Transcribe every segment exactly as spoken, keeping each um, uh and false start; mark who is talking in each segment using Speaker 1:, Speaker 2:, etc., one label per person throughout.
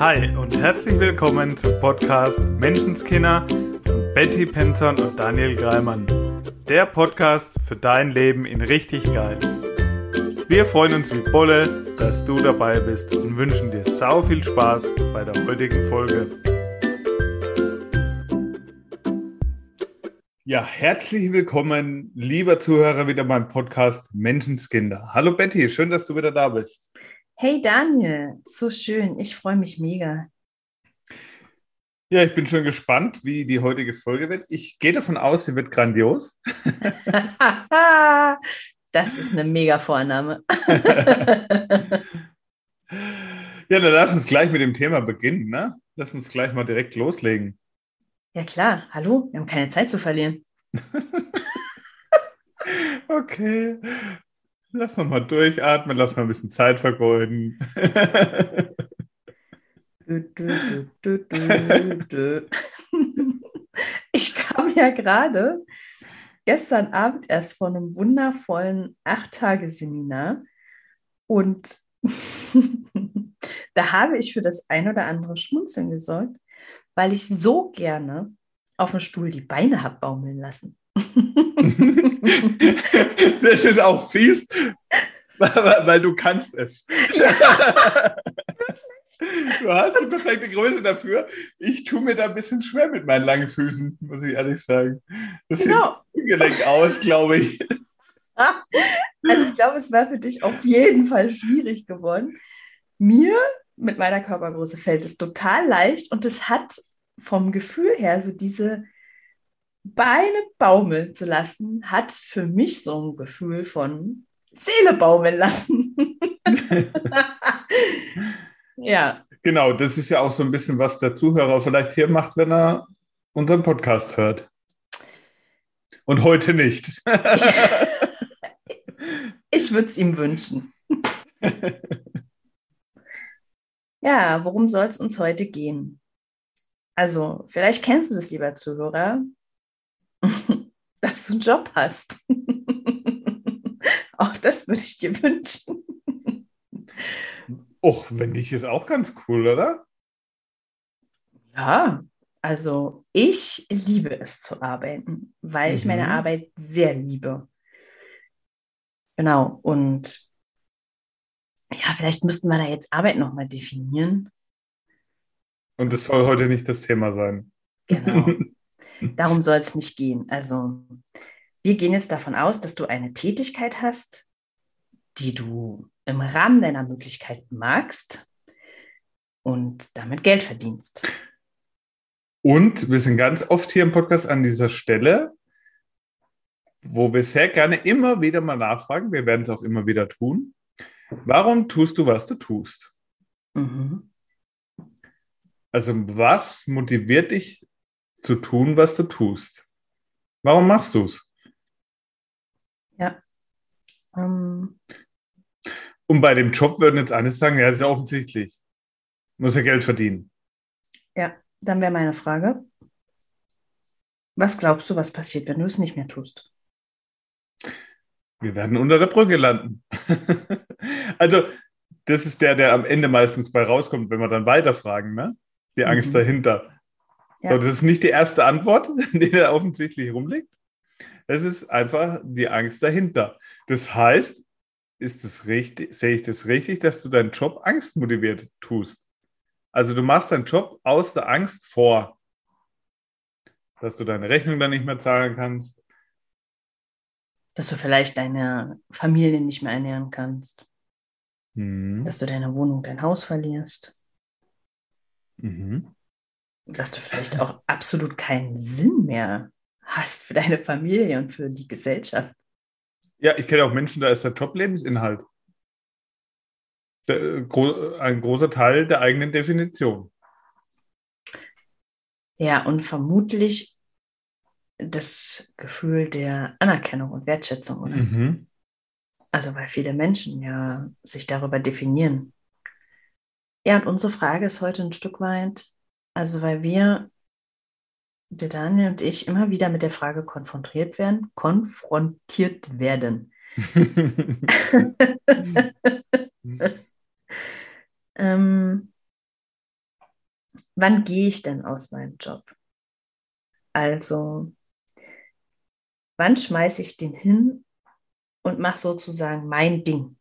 Speaker 1: Hi und herzlich willkommen zum Podcast Menschenskinder von Betty Penton und Daniel Greimann. Der Podcast für dein Leben in richtig geil. Wir freuen uns wie Bolle, dass du dabei bist und wünschen dir sau viel Spaß bei der heutigen Folge. Ja, herzlich willkommen, lieber Zuhörer, wieder beim Podcast Menschenskinder. Hallo Betty, schön, dass du wieder da bist.
Speaker 2: Hey Daniel, so schön. Ich freue mich mega.
Speaker 1: Ja, ich bin schon gespannt, wie die heutige Folge wird. Ich gehe davon aus, sie wird grandios.
Speaker 2: Das ist eine mega Vorname.
Speaker 1: Ja, dann lass uns gleich mit dem Thema beginnen, ne? Lass uns gleich mal direkt loslegen.
Speaker 2: Ja klar, hallo, wir haben keine Zeit zu verlieren.
Speaker 1: Okay, lass noch mal durchatmen, lass mal ein bisschen Zeit vergeuden.
Speaker 2: Ich kam ja gerade gestern Abend erst von einem wundervollen acht-Tage-Seminar und da habe ich für das ein oder andere Schmunzeln gesorgt, weil ich so gerne auf dem Stuhl die Beine habe baumeln lassen.
Speaker 1: Das ist auch fies, weil du kannst es. Ja. Du hast die perfekte Größe dafür. Ich tue mir da ein bisschen schwer mit meinen langen Füßen, muss ich ehrlich sagen. Das
Speaker 2: genau.
Speaker 1: Sieht ungelenkt aus, glaube ich.
Speaker 2: Also ich glaube, es war für dich auf jeden Fall schwierig geworden. Mir mit meiner Körpergröße fällt es total leicht und es hat vom Gefühl her so diese Beine baumeln zu lassen, hat für mich so ein Gefühl von Seele baumeln lassen. Ja.
Speaker 1: Genau, das ist ja auch so ein bisschen, was der Zuhörer vielleicht hier macht, wenn er unseren Podcast hört. Und heute nicht.
Speaker 2: Ich, ich würde es ihm wünschen. Ja, worum soll es uns heute gehen? Also, vielleicht kennst du das, lieber Zuhörer, dass du einen Job hast. Auch das würde ich dir wünschen.
Speaker 1: Och, wenn nicht, ist auch ganz cool, oder?
Speaker 2: Ja, also ich liebe es zu arbeiten, weil mhm. ich meine Arbeit sehr liebe. Genau, und ja, vielleicht müssten wir da jetzt Arbeit nochmal definieren.
Speaker 1: Und das soll heute nicht das Thema sein.
Speaker 2: Genau, darum soll es nicht gehen. Also wir gehen jetzt davon aus, dass du eine Tätigkeit hast, die du im Rahmen deiner Möglichkeiten magst und damit Geld verdienst.
Speaker 1: Und wir sind ganz oft hier im Podcast an dieser Stelle, wo wir sehr gerne immer wieder mal nachfragen, wir werden es auch immer wieder tun, warum tust du, was du tust?
Speaker 2: Mhm.
Speaker 1: Also was motiviert dich zu tun, was du tust? Warum machst du es?
Speaker 2: Ja. Ähm.
Speaker 1: Und bei dem Job würden jetzt alle sagen, ja, das ist ja offensichtlich. Muss ja Geld verdienen.
Speaker 2: Ja, dann wäre meine Frage, was glaubst du, was passiert, wenn du es nicht mehr tust?
Speaker 1: Wir werden unter der Brücke landen. Also, das ist der, der am Ende meistens bei rauskommt, wenn wir dann weiterfragen, ne? Die Angst mhm. dahinter. Ja. So, das ist nicht die erste Antwort, die da offensichtlich rumliegt. Es ist einfach die Angst dahinter. Das heißt, ist es richtig, sehe ich das richtig, dass du deinen Job angstmotiviert tust? Also du machst deinen Job aus der Angst vor, dass du deine Rechnung dann nicht mehr zahlen kannst.
Speaker 2: Dass du vielleicht deine Familie nicht mehr ernähren kannst.
Speaker 1: Mhm.
Speaker 2: Dass du deine Wohnung, dein Haus verlierst.
Speaker 1: Mhm.
Speaker 2: Dass du vielleicht auch absolut keinen Sinn mehr hast für deine Familie und für die Gesellschaft.
Speaker 1: Ja, ich kenne auch Menschen, da ist der Job Lebensinhalt. Der, ein großer Teil der eigenen Definition.
Speaker 2: Ja, und vermutlich das Gefühl der Anerkennung und Wertschätzung, oder?
Speaker 1: Mhm.
Speaker 2: Also, weil viele Menschen ja sich darüber definieren. Ja, und unsere Frage ist heute ein Stück weit, also weil wir, der Daniel und ich, immer wieder mit der Frage konfrontiert werden, konfrontiert werden. ähm, wann gehe ich denn aus meinem Job? Also, wann schmeiße ich den hin und mache sozusagen mein Ding?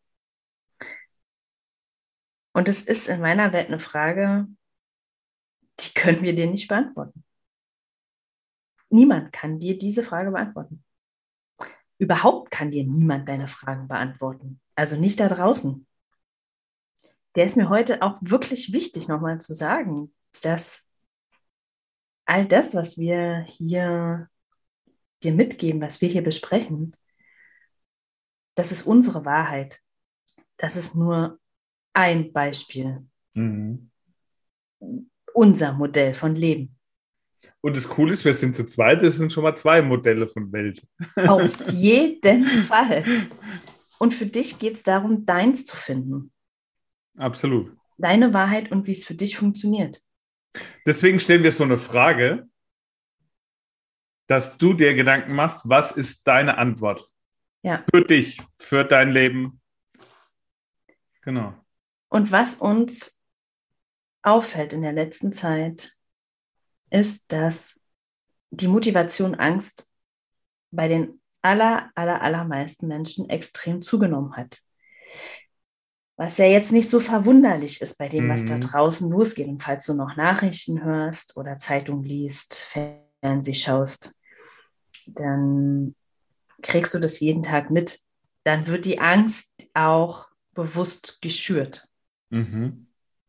Speaker 2: Und es ist in meiner Welt eine Frage, die können wir dir nicht beantworten. Niemand kann dir diese Frage beantworten. Überhaupt kann dir niemand deine Fragen beantworten. Also nicht da draußen. Der ist mir heute auch wirklich wichtig, nochmal zu sagen, dass all das, was wir hier dir mitgeben, was wir hier besprechen, das ist unsere Wahrheit. Das ist nur ein Beispiel.
Speaker 1: Mhm.
Speaker 2: Unser Modell von Leben.
Speaker 1: Und das Coole ist, wir sind zu zweit, das sind schon mal zwei Modelle von Welt.
Speaker 2: Auf jeden Fall. Und für dich geht es darum, deins zu finden.
Speaker 1: Absolut.
Speaker 2: Deine Wahrheit und wie es für dich funktioniert.
Speaker 1: Deswegen stellen wir so eine Frage, dass du dir Gedanken machst, was ist deine Antwort?
Speaker 2: Ja.
Speaker 1: Für dich, für dein Leben. Genau.
Speaker 2: Und was uns auffällt in der letzten Zeit, ist, dass die Motivation Angst bei den aller, aller, allermeisten Menschen extrem zugenommen hat. Was ja jetzt nicht so verwunderlich ist bei dem, was da draußen losgeht. Und falls du noch Nachrichten hörst oder Zeitung liest, Fernsehen schaust, dann kriegst du das jeden Tag mit. Dann wird die Angst auch bewusst geschürt.
Speaker 1: Mhm.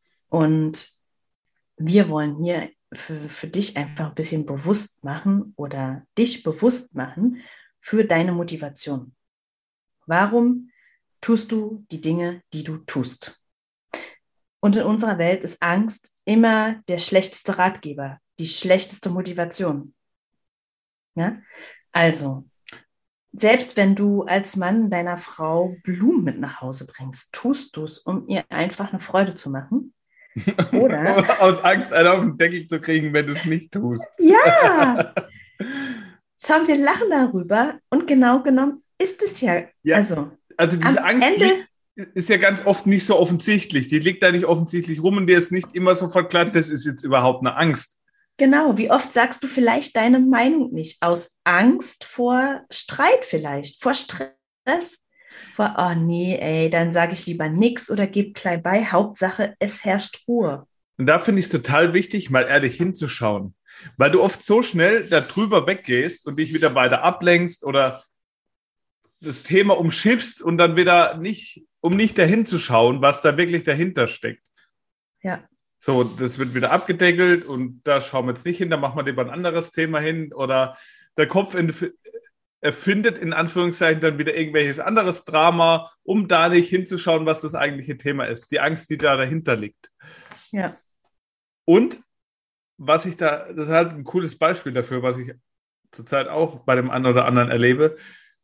Speaker 2: Und wir wollen hier für, für dich einfach ein bisschen bewusst machen oder dich bewusst machen für deine Motivation. Warum tust du die Dinge, die du tust? Und in unserer Welt ist Angst immer der schlechteste Ratgeber, die schlechteste Motivation. Ja? Also, selbst wenn du als Mann deiner Frau Blumen mit nach Hause bringst, tust du es, um ihr einfach eine Freude zu machen. Oder
Speaker 1: aus Angst, einen auf den Deckel zu kriegen, wenn du es nicht tust.
Speaker 2: Ja! Schau, wir lachen darüber und genau genommen ist es ja,
Speaker 1: ja
Speaker 2: also,
Speaker 1: also diese
Speaker 2: am
Speaker 1: Angst
Speaker 2: Ende
Speaker 1: liegt, ist ja ganz oft nicht so offensichtlich. Die liegt da nicht offensichtlich rum und dir ist nicht immer sofort klar, das ist jetzt überhaupt eine Angst.
Speaker 2: Genau, wie oft sagst du vielleicht deine Meinung nicht? Aus Angst vor Streit vielleicht, vor Stress, vor, oh nee, ey, dann sage ich lieber nichts oder gebe klein bei. Hauptsache, es herrscht Ruhe.
Speaker 1: Und da finde ich es total wichtig, mal ehrlich hinzuschauen. Weil du oft so schnell darüber weggehst und dich wieder weiter ablenkst oder das Thema umschiffst und dann wieder nicht, um nicht dahin zu schauen, was da wirklich dahinter steckt.
Speaker 2: Ja.
Speaker 1: So, das wird wieder abgedeckelt und da schauen wir jetzt nicht hin, da machen wir lieber ein anderes Thema hin oder der Kopf erfindet in Anführungszeichen dann wieder irgendwelches anderes Drama, um da nicht hinzuschauen, was das eigentliche Thema ist. Die Angst, die da dahinter liegt.
Speaker 2: Ja.
Speaker 1: Und was ich da, das ist halt ein cooles Beispiel dafür, was ich zurzeit auch bei dem einen oder anderen erlebe.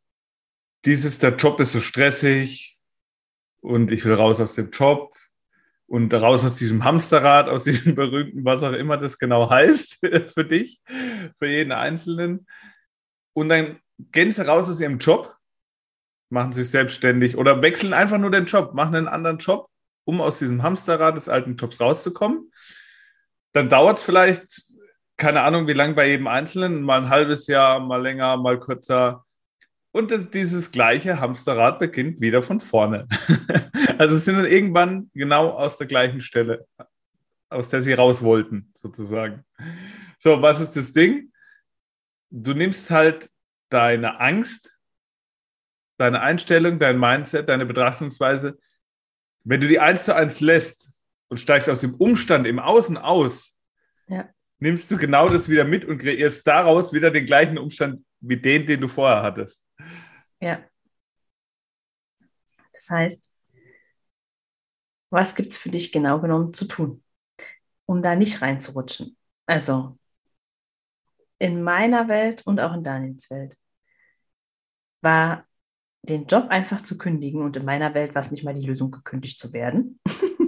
Speaker 1: Dieses, der Job ist so stressig und ich will raus aus dem Job. Und raus aus diesem Hamsterrad, aus diesem berühmten, was auch immer das genau heißt für dich, für jeden Einzelnen. Und dann gehen sie raus aus ihrem Job, machen sich selbstständig oder wechseln einfach nur den Job, machen einen anderen Job, um aus diesem Hamsterrad des alten Jobs rauszukommen. Dann dauert es vielleicht, keine Ahnung, wie lange bei jedem Einzelnen, mal ein halbes Jahr, mal länger, mal kürzer. Und das, dieses gleiche Hamsterrad beginnt wieder von vorne. Also es sind dann irgendwann genau aus der gleichen Stelle, aus der sie raus wollten, sozusagen. So, was ist das Ding? Du nimmst halt deine Angst, deine Einstellung, dein Mindset, deine Betrachtungsweise, wenn du die eins zu eins lässt und steigst aus dem Umstand im Außen aus,
Speaker 2: ja.
Speaker 1: nimmst du genau das wieder mit und kreierst daraus wieder den gleichen Umstand wie den, den du vorher hattest.
Speaker 2: Ja. Das heißt, was gibt es für dich genau genommen zu tun, um da nicht reinzurutschen? Also in meiner Welt und auch in Daniels Welt war den Job einfach zu kündigen und in meiner Welt war es nicht mal die Lösung, gekündigt zu werden.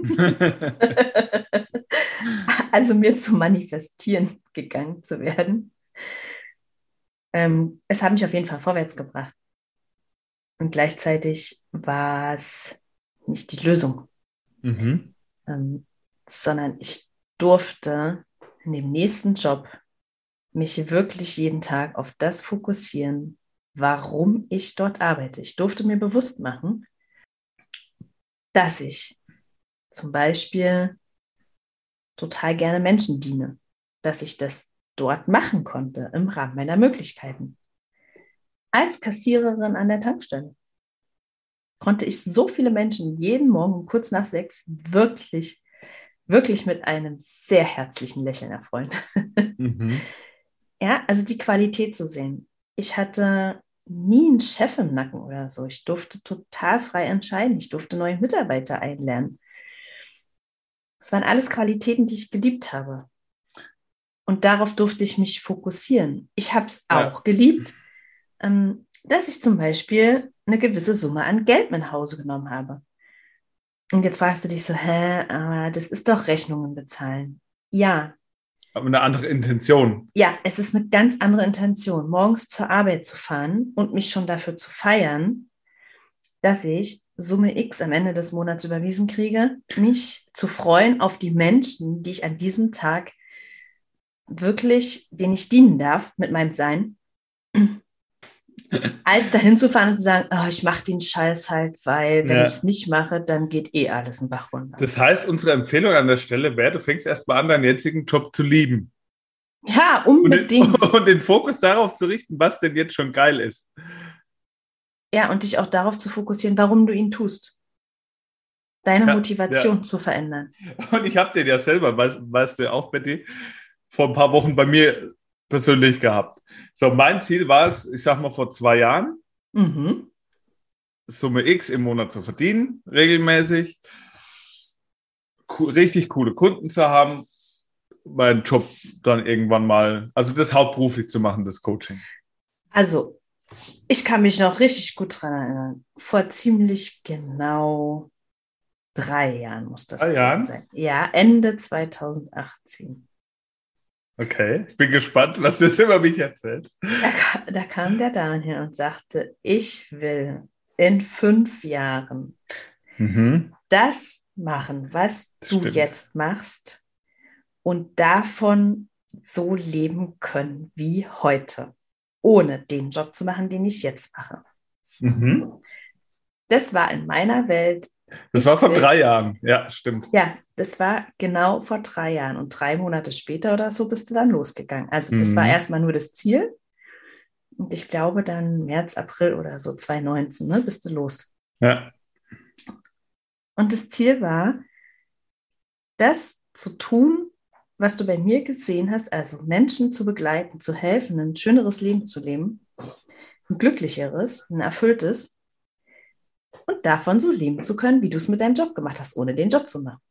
Speaker 2: Also mir zu manifestieren gegangen zu werden. Ähm, es hat mich auf jeden Fall vorwärts gebracht. Und gleichzeitig war es nicht die Lösung,
Speaker 1: Mhm.
Speaker 2: ähm, sondern ich durfte in dem nächsten Job mich wirklich jeden Tag auf das fokussieren, warum ich dort arbeite. Ich durfte mir bewusst machen, dass ich zum Beispiel total gerne Menschen diene, dass ich das dort machen konnte im Rahmen meiner Möglichkeiten. Als Kassiererin an der Tankstelle konnte ich so viele Menschen jeden Morgen kurz nach sechs wirklich, wirklich mit einem sehr herzlichen Lächeln erfreuen.
Speaker 1: Mhm.
Speaker 2: Ja, also die Qualität zu sehen. Ich hatte nie einen Chef im Nacken oder so. Ich durfte total frei entscheiden. Ich durfte neue Mitarbeiter einlernen. Das waren alles Qualitäten, die ich geliebt habe. Und darauf durfte ich mich fokussieren. Ich habe es auch
Speaker 1: Ja.
Speaker 2: geliebt, ähm, dass ich zum Beispiel eine gewisse Summe an Geld mit nach Hause genommen habe. Und jetzt fragst du dich so, hä, aber das ist doch Rechnungen bezahlen. Ja,
Speaker 1: Aber eine andere Intention.
Speaker 2: ja, es ist eine ganz andere Intention, morgens zur Arbeit zu fahren und mich schon dafür zu feiern, dass ich Summe X am Ende des Monats überwiesen kriege, mich zu freuen auf die Menschen, die ich an diesem Tag wirklich, denen ich dienen darf mit meinem Sein, als dahin zu fahren und zu sagen, oh, ich mache den Scheiß halt, weil wenn
Speaker 1: Ja.
Speaker 2: ich es nicht mache, dann geht eh alles in den Bach runter.
Speaker 1: Das heißt, unsere Empfehlung an der Stelle wäre, du fängst erstmal an, deinen jetzigen Job zu lieben.
Speaker 2: Ja,
Speaker 1: Und den,
Speaker 2: unbedingt.
Speaker 1: und den Fokus darauf zu richten, was denn jetzt schon geil ist.
Speaker 2: Ja, und dich auch darauf zu fokussieren, warum du ihn tust. Deine
Speaker 1: Ja,
Speaker 2: Motivation
Speaker 1: ja.
Speaker 2: zu verändern.
Speaker 1: Und ich habe den ja selber, weißt, weißt du ja auch, Betty, vor ein paar Wochen bei mir persönlich gehabt. So, mein Ziel war es, ich sag mal vor zwei Jahren,
Speaker 2: Mhm.
Speaker 1: Summe X im Monat zu verdienen, regelmäßig, co- richtig coole Kunden zu haben, meinen Job dann irgendwann mal, also das hauptberuflich zu machen, das Coaching.
Speaker 2: Also, ich kann mich noch richtig gut dran erinnern. Vor ziemlich genau drei Jahren muss das
Speaker 1: Drei
Speaker 2: gewesen
Speaker 1: Jahren?
Speaker 2: sein. Ja, Ende zweitausendachtzehn.
Speaker 1: Okay, ich bin gespannt, was du jetzt über mich erzählst.
Speaker 2: Da, ka- da kam der Daniel und sagte, ich will in fünf Jahren
Speaker 1: Mhm.
Speaker 2: das machen, was du
Speaker 1: Stimmt.
Speaker 2: jetzt machst und davon so leben können wie heute, ohne den Job zu machen, den ich jetzt mache.
Speaker 1: Mhm.
Speaker 2: Das war in meiner Welt.
Speaker 1: Das
Speaker 2: ich
Speaker 1: war vor
Speaker 2: will-
Speaker 1: drei Jahren, ja, stimmt.
Speaker 2: Ja, das war genau vor drei Jahren und drei Monate später oder so bist du dann losgegangen. Also das war
Speaker 1: Mhm.
Speaker 2: erstmal nur das Ziel und ich glaube dann März, April oder so zweitausendneunzehn, ne, bist du los.
Speaker 1: Ja.
Speaker 2: Und das Ziel war, das zu tun, was du bei mir gesehen hast, also Menschen zu begleiten, zu helfen, ein schöneres Leben zu leben, ein glücklicheres, ein erfülltes und davon so leben zu können, wie du es mit deinem Job gemacht hast, ohne den Job zu machen.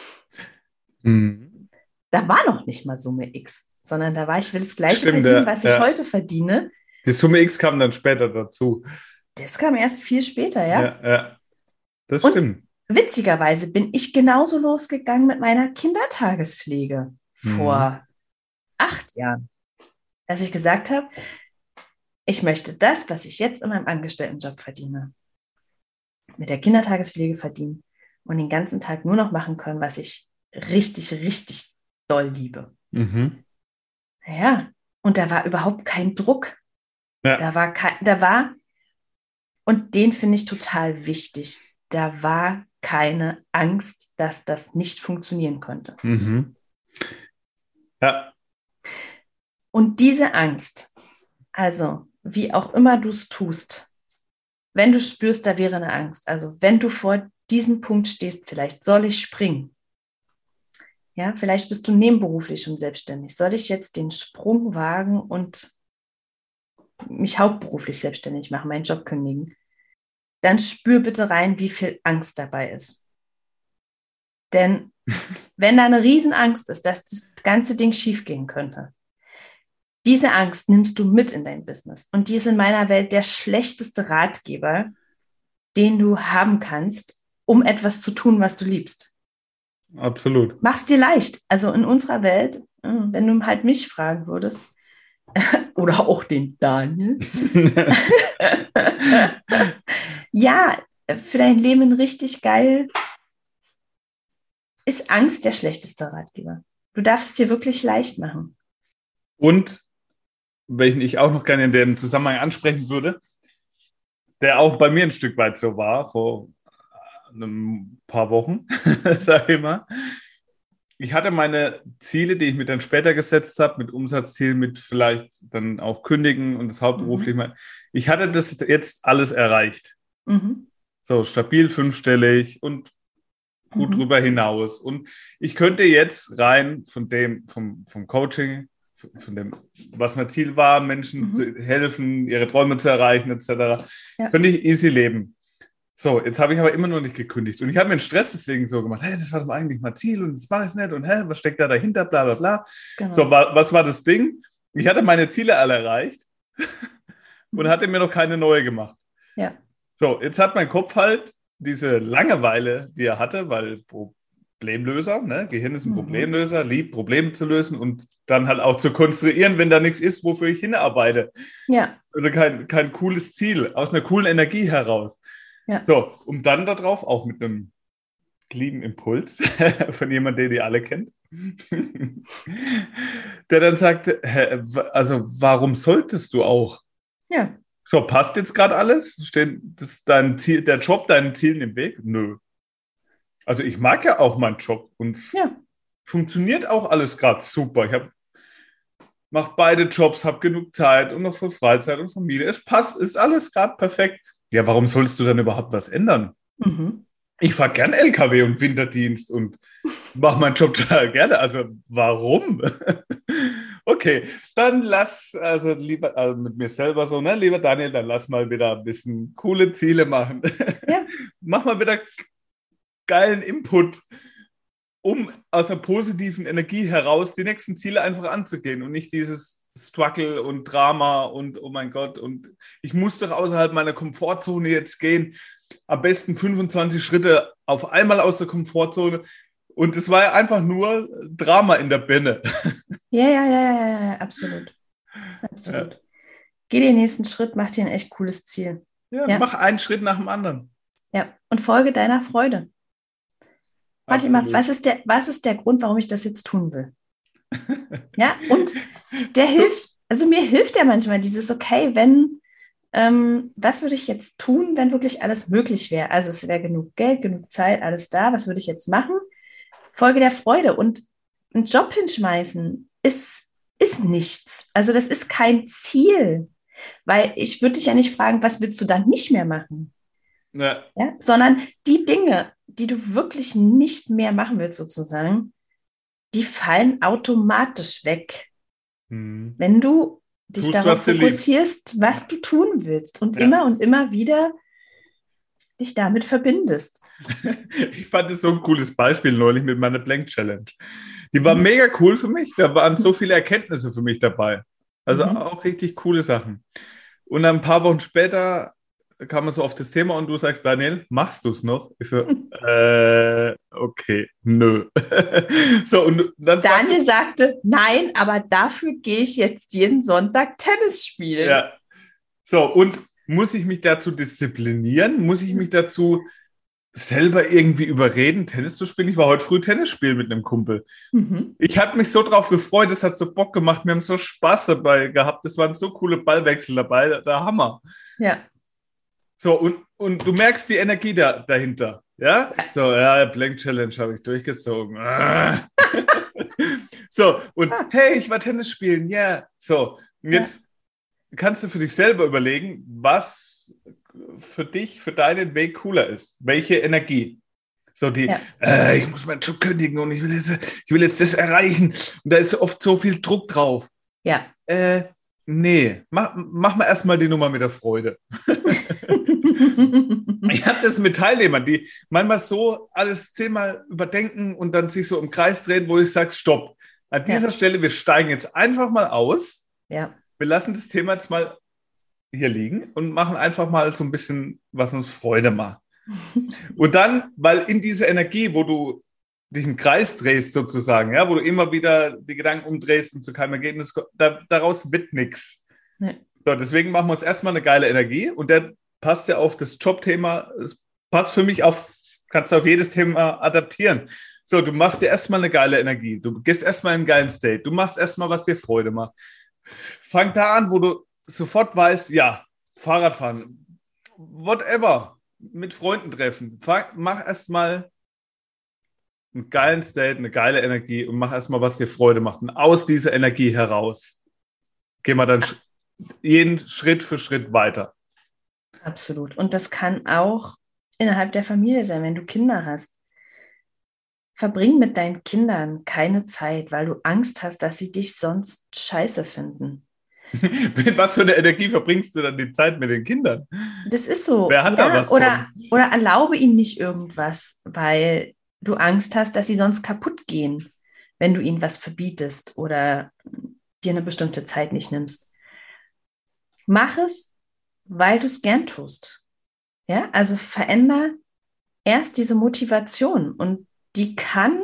Speaker 1: Mhm.
Speaker 2: Da war noch nicht mal Summe X, sondern da war, ich will das Gleiche
Speaker 1: Stimmt,
Speaker 2: verdienen,
Speaker 1: ja,
Speaker 2: was ich
Speaker 1: ja.
Speaker 2: heute verdiene.
Speaker 1: Die Summe X kam dann später dazu.
Speaker 2: Das kam erst viel später, ja.
Speaker 1: Ja, ja. Das
Speaker 2: Und
Speaker 1: stimmt.
Speaker 2: witzigerweise bin ich genauso losgegangen mit meiner Kindertagespflege
Speaker 1: Mhm.
Speaker 2: vor acht Jahren. Dass ich gesagt habe, ich möchte das, was ich jetzt in meinem Angestelltenjob verdiene, mit der Kindertagespflege verdienen und den ganzen Tag nur noch machen können, was ich richtig, richtig doll liebe.
Speaker 1: Mhm.
Speaker 2: Ja, und da war überhaupt kein Druck.
Speaker 1: Ja.
Speaker 2: Da war kein, da war, und den finde ich total wichtig, da war keine Angst, dass das nicht funktionieren könnte.
Speaker 1: Mhm. Ja.
Speaker 2: Und diese Angst, also wie auch immer du es tust, wenn du spürst, da wäre eine Angst, also wenn du vor diesem Punkt stehst, vielleicht soll ich springen. Ja, vielleicht bist du nebenberuflich schon selbstständig. Soll ich jetzt den Sprung wagen und mich hauptberuflich selbstständig machen, meinen Job kündigen? Dann spür bitte rein, wie viel Angst dabei ist. Denn wenn da eine Riesenangst ist, dass das ganze Ding schiefgehen könnte, diese Angst nimmst du mit in dein Business. Und die ist in meiner Welt der schlechteste Ratgeber, den du haben kannst, um etwas zu tun, was du liebst.
Speaker 1: Absolut.
Speaker 2: Mach's dir leicht. Also in unserer Welt, wenn du halt mich fragen würdest, oder auch den Daniel, ja, für dein Leben richtig geil, ist Angst der schlechteste Ratgeber. Du darfst es dir wirklich leicht machen.
Speaker 1: Und, welchen ich auch noch gerne in dem Zusammenhang ansprechen würde, der auch bei mir ein Stück weit so war, vor ein paar Wochen, sage ich mal. Ich hatte meine Ziele, die ich mir dann später gesetzt habe, mit Umsatzzielen, mit vielleicht dann auch kündigen und das hauptberuflich. Mhm. Ich hatte das jetzt alles erreicht. Mhm. So stabil fünfstellig und gut mhm. drüber hinaus. Und ich könnte jetzt rein von dem, vom, vom Coaching, von dem, was mein Ziel war, Menschen mhm. zu helfen, ihre Träume zu erreichen, et cetera, ja. könnte ich easy leben. So, jetzt habe ich aber immer noch nicht gekündigt. Und ich habe mir den Stress deswegen so gemacht, hey, das war doch eigentlich mein Ziel und jetzt mache ich es nicht und hä, was steckt da dahinter, bla bla bla. Genau. So, wa- was war das Ding? Ich hatte meine Ziele alle erreicht und hatte mir noch keine neue gemacht.
Speaker 2: Ja.
Speaker 1: So, jetzt hat mein Kopf halt diese Langeweile, die er hatte, weil Problemlöser, ne? Gehirn ist ein mhm. Problemlöser, liebt Probleme zu lösen und dann halt auch zu konstruieren, wenn da nichts ist, wofür ich hinarbeite.
Speaker 2: Ja.
Speaker 1: Also kein, kein cooles Ziel, aus einer coolen Energie heraus.
Speaker 2: Ja.
Speaker 1: So, um dann darauf auch mit einem lieben Impuls von jemandem, den ihr alle kennt, der dann sagt, hä, also warum solltest du auch?
Speaker 2: Ja.
Speaker 1: So, passt jetzt gerade alles? Steht das dein Ziel, der Job deinen Zielen im Weg? Nö. Also ich mag ja auch meinen Job und
Speaker 2: ja.
Speaker 1: funktioniert auch alles gerade super. Ich habe mache beide Jobs, habe genug Zeit und noch für Freizeit und Familie. Es passt, ist alles gerade perfekt. Ja, warum sollst du dann überhaupt was ändern?
Speaker 2: Mhm.
Speaker 1: Ich fahre gern L K W und Winterdienst und mache meinen Job total gerne. Also warum? Okay, dann lass, also lieber also mit mir selber so, ne, lieber Daniel, dann lass mal wieder ein bisschen coole Ziele machen.
Speaker 2: Ja.
Speaker 1: Mach mal wieder geilen Input, um aus einer positiven Energie heraus die nächsten Ziele einfach anzugehen und nicht dieses Struggle und Drama und oh mein Gott und ich muss doch außerhalb meiner Komfortzone jetzt gehen. Am besten fünfundzwanzig Schritte auf einmal aus der Komfortzone. Und es war ja einfach nur Drama in der Birne.
Speaker 2: Ja, ja, ja, ja, ja, ja, absolut. Absolut. Ja. Geh den nächsten Schritt, mach dir ein echt cooles Ziel.
Speaker 1: Ja, ja, mach einen Schritt nach dem anderen.
Speaker 2: Ja, und folge deiner Freude. Warte mal, was ist der, was ist der Grund, warum ich das jetzt tun will? Ja, und der hilft, also mir hilft ja manchmal dieses, okay, wenn, ähm, was würde ich jetzt tun, wenn wirklich alles möglich wäre? Also es wäre genug Geld, genug Zeit, alles da, was würde ich jetzt machen? Folge der Freude und einen Job hinschmeißen ist, ist nichts. Also das ist kein Ziel, weil ich würde dich ja nicht fragen, was willst du dann nicht mehr machen?
Speaker 1: Ja.
Speaker 2: Ja? Sondern die Dinge, die du wirklich nicht mehr machen willst sozusagen, die fallen automatisch weg, hm. wenn du dich Tust, darauf fokussierst, was du tun willst und ja. immer und immer wieder dich damit verbindest.
Speaker 1: Ich fand es so ein cooles Beispiel neulich mit meiner Blank Challenge. Die war mhm. mega cool für mich, da waren so viele Erkenntnisse für mich dabei. Also mhm. auch richtig coole Sachen. Und dann ein paar Wochen später kam man so auf das Thema und du sagst, Daniel, machst du es noch? Ich so, äh, okay, nö. so, und dann
Speaker 2: Daniel sagte, sagte, nein, aber dafür gehe ich jetzt jeden Sonntag Tennis spielen.
Speaker 1: Ja. So, und muss ich mich dazu disziplinieren? Muss ich mich dazu selber irgendwie überreden, Tennis zu spielen? Ich war heute früh Tennis spielen mit einem Kumpel. Mhm. Ich habe mich so drauf gefreut, es hat so Bock gemacht, wir haben so Spaß dabei gehabt, es waren so coole Ballwechsel dabei, der Hammer.
Speaker 2: Ja.
Speaker 1: So, und, und du merkst die Energie da, dahinter. Ja? So, ja, Blank Challenge habe ich durchgezogen. So, und hey, ich war Tennis spielen, ja. Yeah. So, und jetzt ja. kannst du für dich selber überlegen, was für dich, für deinen Weg cooler ist. Welche Energie. So die, ja. äh, ich muss meinen Job kündigen und ich will, jetzt, ich will jetzt das erreichen. Und da ist oft so viel Druck drauf.
Speaker 2: Ja.
Speaker 1: Äh, nee, mach, mach mal erstmal die Nummer mit der Freude. Ich habe das mit Teilnehmern, die manchmal so alles zehnmal überdenken und dann sich so im Kreis drehen, wo ich sage, stopp. An dieser ja. Stelle, wir steigen jetzt einfach mal aus.
Speaker 2: Ja.
Speaker 1: Wir lassen das Thema jetzt mal hier liegen und machen einfach mal so ein bisschen, was uns Freude macht. Und dann, weil in dieser Energie, wo du dich im Kreis drehst sozusagen, ja, wo du immer wieder die Gedanken umdrehst und zu keinem Ergebnis kommst, da, daraus wird nichts. Nee. So, deswegen machen wir uns erstmal eine geile Energie und der passt ja auf das Jobthema, es passt für mich auf, kannst du auf jedes Thema adaptieren. So, du machst dir erstmal eine geile Energie. Du gehst erstmal in einen geilen State. Du machst erstmal, was dir Freude macht. Fang da an, wo du sofort weißt, ja, Fahrradfahren, whatever, mit Freunden treffen. Fang, mach erstmal einen geilen State, eine geile Energie und mach erstmal, was dir Freude macht. Und aus dieser Energie heraus gehen wir dann jeden Schritt für Schritt weiter.
Speaker 2: Absolut. Und das kann auch innerhalb der Familie sein, wenn du Kinder hast. Verbring mit deinen Kindern keine Zeit, weil du Angst hast, dass sie dich sonst scheiße finden.
Speaker 1: Mit was für eine Energie verbringst du dann die Zeit mit den Kindern?
Speaker 2: Das ist so.
Speaker 1: Wer hat
Speaker 2: ja,
Speaker 1: da was
Speaker 2: oder,
Speaker 1: von?
Speaker 2: oder erlaube ihnen nicht irgendwas, weil du Angst hast, dass sie sonst kaputt gehen, wenn du ihnen was verbietest oder dir eine bestimmte Zeit nicht nimmst. Mach es, weil du es gern tust. Ja, also veränder erst diese Motivation und die kann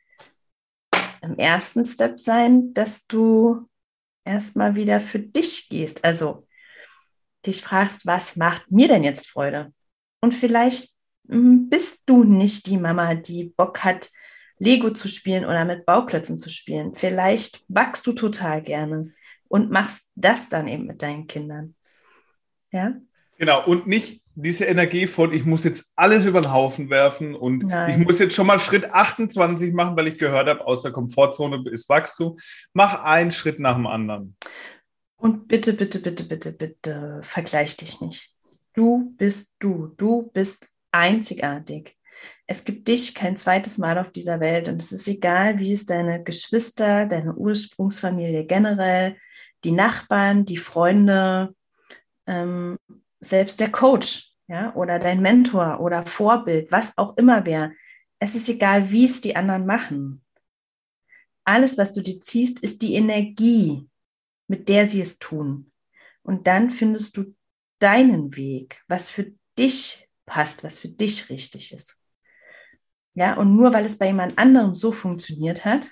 Speaker 2: im ersten Step sein, dass du erstmal wieder für dich gehst. Also dich fragst, was macht mir denn jetzt Freude? Und vielleicht m, bist du nicht die Mama, die Bock hat, Lego zu spielen oder mit Bauklötzen zu spielen. Vielleicht backst du total gerne und machst das dann eben mit deinen Kindern. Ja?
Speaker 1: Genau, und nicht diese Energie von, ich muss jetzt alles über den Haufen werfen und
Speaker 2: Nein.
Speaker 1: ich muss jetzt schon mal Schritt achtundzwanzig machen, weil ich gehört habe, aus der Komfortzone ist Wachstum. Mach einen Schritt nach dem anderen.
Speaker 2: Und bitte, bitte, bitte, bitte, bitte, vergleich dich nicht. Du bist du. Du bist einzigartig. Es gibt dich kein zweites Mal auf dieser Welt und es ist egal, wie es deine Geschwister, deine Ursprungsfamilie generell, die Nachbarn, die Freunde, ähm, selbst der Coach, ja, oder dein Mentor oder Vorbild, was auch immer wäre. Es ist egal, wie es die anderen machen. Alles, was du dir ziehst, ist die Energie, mit der sie es tun. Und dann findest du deinen Weg, was für dich passt, was für dich richtig ist. Ja, und nur weil es bei jemand anderem so funktioniert hat,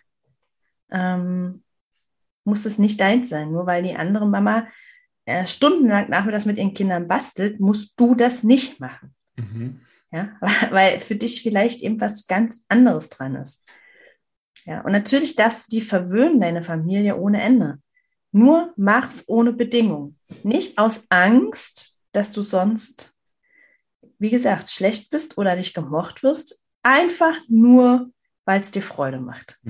Speaker 2: ähm, muss es nicht deins sein. Nur weil die andere Mama äh, stundenlang nachmittags mit ihren Kindern bastelt, musst du das nicht machen.
Speaker 1: Mhm.
Speaker 2: Ja, weil für dich vielleicht eben was ganz anderes dran ist. Ja, und natürlich darfst du die verwöhnen, deine Familie ohne Ende. Nur mach's ohne Bedingung. Nicht aus Angst, dass du sonst, wie gesagt, schlecht bist oder nicht gemocht wirst. Einfach nur, weil es dir Freude macht.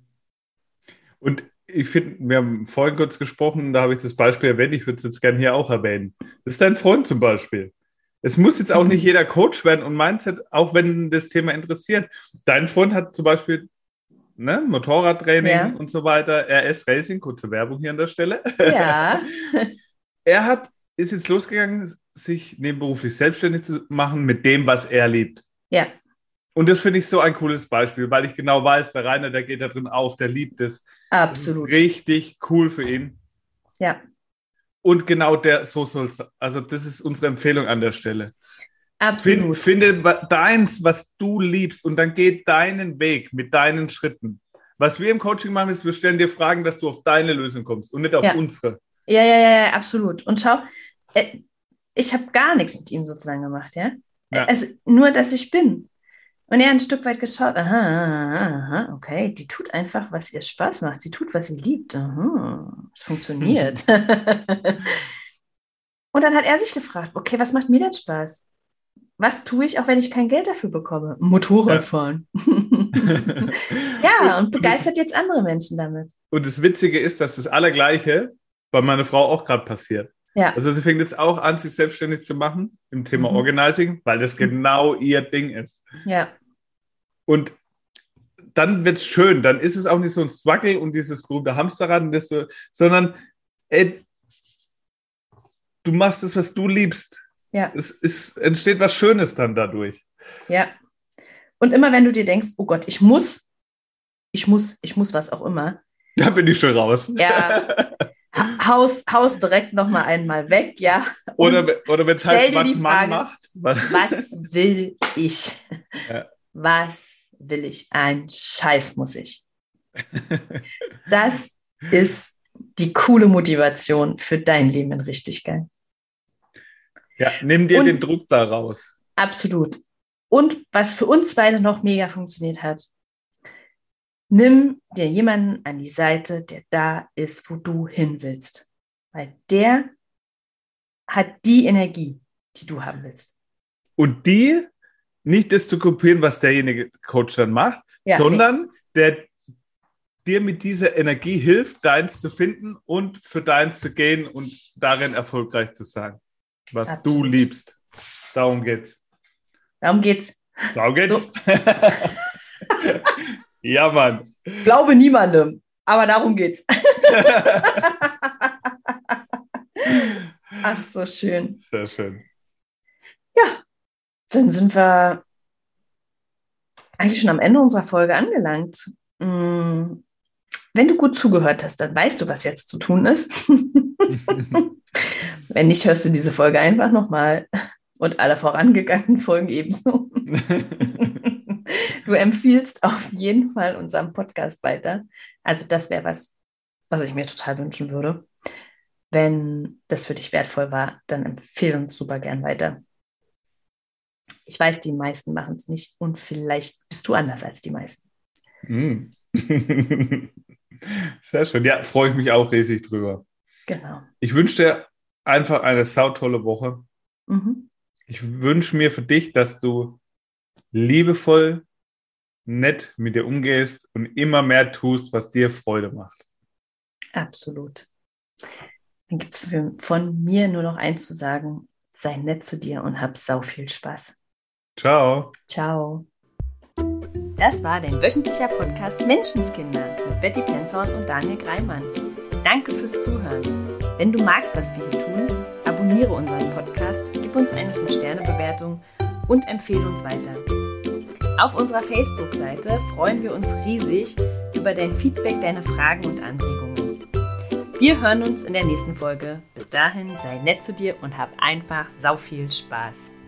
Speaker 1: Und ich finde, wir haben vorhin kurz gesprochen, da habe ich das Beispiel erwähnt, ich würde es jetzt gerne hier auch erwähnen. Das ist dein Freund zum Beispiel. Es muss jetzt auch nicht jeder Coach werden und Mindset, auch wenn das Thema interessiert. Dein Freund hat zum Beispiel ne, Motorradtraining
Speaker 2: Ja.
Speaker 1: und so weiter, R S Racing, kurze Werbung hier an der Stelle.
Speaker 2: Ja.
Speaker 1: Er hat, ist jetzt losgegangen, sich nebenberuflich selbstständig zu machen mit dem, was er liebt.
Speaker 2: Ja.
Speaker 1: Und das finde ich so ein cooles Beispiel, weil ich genau weiß, der Rainer, der geht da drin auf, der liebt es.
Speaker 2: Absolut.
Speaker 1: Das ist richtig cool für ihn.
Speaker 2: Ja.
Speaker 1: Und genau der, so soll es, also das ist unsere Empfehlung an der Stelle.
Speaker 2: Absolut.
Speaker 1: Find, finde deins, was du liebst und dann geh deinen Weg mit deinen Schritten. Was wir im Coaching machen, ist, wir stellen dir Fragen, dass du auf deine Lösung kommst und nicht auf
Speaker 2: Ja.
Speaker 1: unsere.
Speaker 2: Ja, ja, ja, ja, absolut. Und schau, äh, ich habe gar nichts mit ihm sozusagen gemacht, ja?
Speaker 1: Ja.
Speaker 2: Also nur, dass ich bin. Und er hat ein Stück weit geschaut, aha, aha, aha, okay, die tut einfach, was ihr Spaß macht. Sie tut, was sie liebt. Aha, es funktioniert. Und dann hat er sich gefragt, okay, was macht mir denn Spaß? Was tue ich, auch wenn ich kein Geld dafür bekomme? Motorrad
Speaker 1: Ja.
Speaker 2: fahren. Ja, und begeistert jetzt andere Menschen damit.
Speaker 1: Und das Witzige ist, dass das Allergleiche bei meiner Frau auch gerade passiert.
Speaker 2: Ja,
Speaker 1: Also sie fängt jetzt auch an, sich selbstständig zu machen im Thema
Speaker 2: Mhm.
Speaker 1: Organizing, weil das genau ihr Ding ist.
Speaker 2: ja,
Speaker 1: Und dann wird es schön, dann ist es auch nicht so ein Struggle und dieses berühmte Hamsterrad, und das so, sondern ey, du machst es, was du liebst.
Speaker 2: ja,
Speaker 1: Es ist, entsteht was Schönes dann dadurch.
Speaker 2: ja. Und immer wenn du dir denkst, oh Gott, ich muss, ich muss, ich muss was auch immer,
Speaker 1: Da bin ich schon raus.
Speaker 2: ja, ha- haus, haus direkt nochmal einmal weg, ja. Und
Speaker 1: Oder, oder wenn es
Speaker 2: stell
Speaker 1: heißt,
Speaker 2: dir
Speaker 1: was
Speaker 2: die
Speaker 1: man
Speaker 2: Frage,
Speaker 1: macht. Was,
Speaker 2: was will ich?
Speaker 1: Ja.
Speaker 2: Was will ich? Ein Scheiß muss ich. Das ist die coole Motivation für dein Leben in richtig geil.
Speaker 1: ja, nimm dir
Speaker 2: Und-
Speaker 1: den Druck da raus.
Speaker 2: Absolut. Und was für uns beide noch mega funktioniert hat, Nimm dir jemanden an die Seite, der da ist, wo du hin willst. Weil der hat die Energie, die du haben willst.
Speaker 1: Und die, nicht das zu kopieren, was derjenige Coach dann macht,
Speaker 2: Ja,
Speaker 1: sondern der dir mit dieser Energie hilft, deins zu finden und für deins zu gehen und darin erfolgreich zu sein. Was
Speaker 2: Absolut.
Speaker 1: du liebst. Darum geht's.
Speaker 2: Darum geht's.
Speaker 1: Darum geht's.
Speaker 2: So.
Speaker 1: Ja, Mann.
Speaker 2: Glaube niemandem, aber darum geht's. Ach, so schön.
Speaker 1: Sehr schön.
Speaker 2: Ja, dann sind wir eigentlich schon am Ende unserer Folge angelangt. Wenn du gut zugehört hast, dann weißt du, was jetzt zu tun ist. Wenn nicht, hörst du diese Folge einfach nochmal und alle vorangegangenen Folgen ebenso. Du empfiehlst auf jeden Fall unseren Podcast weiter. Also das wäre was, was ich mir total wünschen würde. Wenn das für dich wertvoll war, dann empfehle uns super gern weiter. Ich weiß, die meisten machen es nicht und vielleicht bist du anders als die meisten.
Speaker 1: Mm. Sehr schön. Ja, freue ich mich auch riesig drüber.
Speaker 2: Genau.
Speaker 1: Ich wünsche dir einfach eine sautolle Woche.
Speaker 2: Mhm.
Speaker 1: Ich wünsche mir für dich, dass du liebevoll, nett mit dir umgehst und immer mehr tust, was dir Freude macht.
Speaker 2: Absolut. Dann gibt es von mir nur noch eins zu sagen. Sei nett zu dir und hab sau viel Spaß.
Speaker 1: Ciao.
Speaker 2: Ciao. Das war dein wöchentlicher Podcast Menschenskinder mit Betty Penzorn und Daniel Greimann. Danke fürs Zuhören. Wenn du magst, was wir hier tun, abonniere unseren Podcast, gib uns eine fünf Sterne Bewertung und empfehle uns weiter. Auf unserer Facebook-Seite freuen wir uns riesig über dein Feedback, deine Fragen und Anregungen. Wir hören uns in der nächsten Folge. Bis dahin, sei nett zu dir und hab einfach sau viel Spaß.